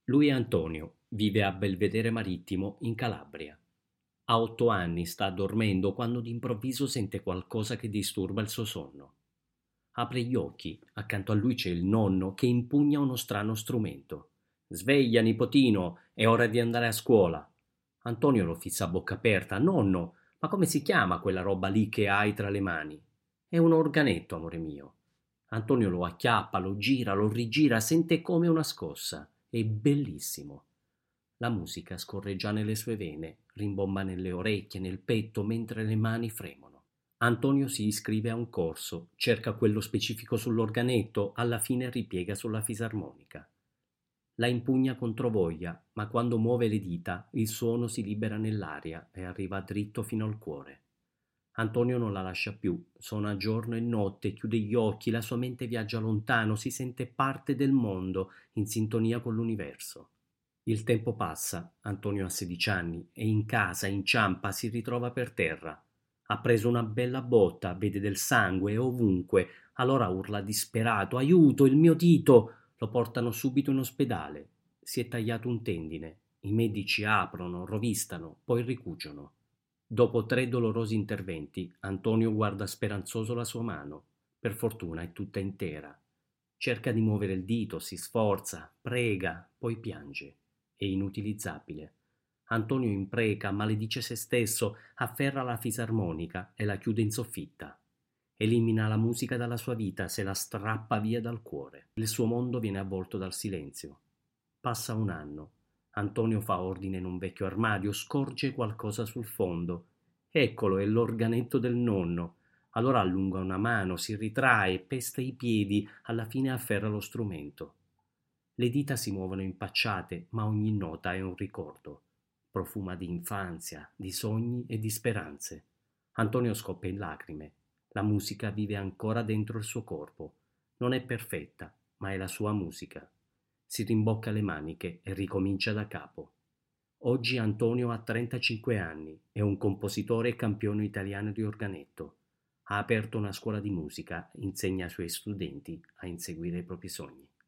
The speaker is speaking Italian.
Lui è Antonio, vive a Belvedere Marittimo, in Calabria. Ha 8 anni, sta dormendo quando d'improvviso sente qualcosa che disturba il suo sonno. Apre gli occhi, accanto a lui c'è il nonno che impugna uno strano strumento. Sveglia, nipotino, è ora di andare a scuola. Antonio lo fissa a bocca aperta. Nonno, ma come si chiama quella roba lì che hai tra le mani? È un organetto, amore mio. Antonio lo acchiappa, lo gira, lo rigira, sente come una scossa. È bellissimo. La musica scorre già nelle sue vene, rimbomba nelle orecchie, nel petto, mentre le mani fremono. Antonio si iscrive a un corso, cerca quello specifico sull'organetto, alla fine ripiega sulla fisarmonica. La impugna controvoglia, ma quando muove le dita, il suono si libera nell'aria e arriva dritto fino al cuore. Antonio non la lascia più, suona giorno e notte, chiude gli occhi, la sua mente viaggia lontano, si sente parte del mondo, in sintonia con l'universo. Il tempo passa, Antonio ha 16 anni, è in casa, inciampa, si ritrova per terra. Ha preso una bella botta, vede del sangue ovunque, allora urla disperato: Aiuto, il mio dito! Lo portano subito in ospedale. Si è tagliato un tendine. I medici aprono, rovistano, poi ricuciono. Dopo 3 dolorosi interventi, Antonio guarda speranzoso la sua mano. Per fortuna è tutta intera. Cerca di muovere il dito, si sforza, prega, poi piange. È inutilizzabile. Antonio impreca, maledice se stesso, afferra la fisarmonica e la chiude in soffitta. Elimina la musica dalla sua vita, se la strappa via dal cuore. Il suo mondo viene avvolto dal silenzio. Passa un anno. Antonio fa ordine in un vecchio armadio, scorge qualcosa sul fondo. Eccolo, è l'organetto del nonno. Allora allunga una mano, si ritrae, pesta i piedi, alla fine afferra lo strumento. Le dita si muovono impacciate, ma ogni nota è un ricordo. Profuma di infanzia, di sogni e di speranze. Antonio scoppia in lacrime. La musica vive ancora dentro il suo corpo. Non è perfetta, ma è la sua musica. Si rimbocca le maniche e ricomincia da capo. Oggi Antonio ha 35 anni, è un compositore e campione italiano di organetto. Ha aperto una scuola di musica, insegna ai suoi studenti a inseguire i propri sogni.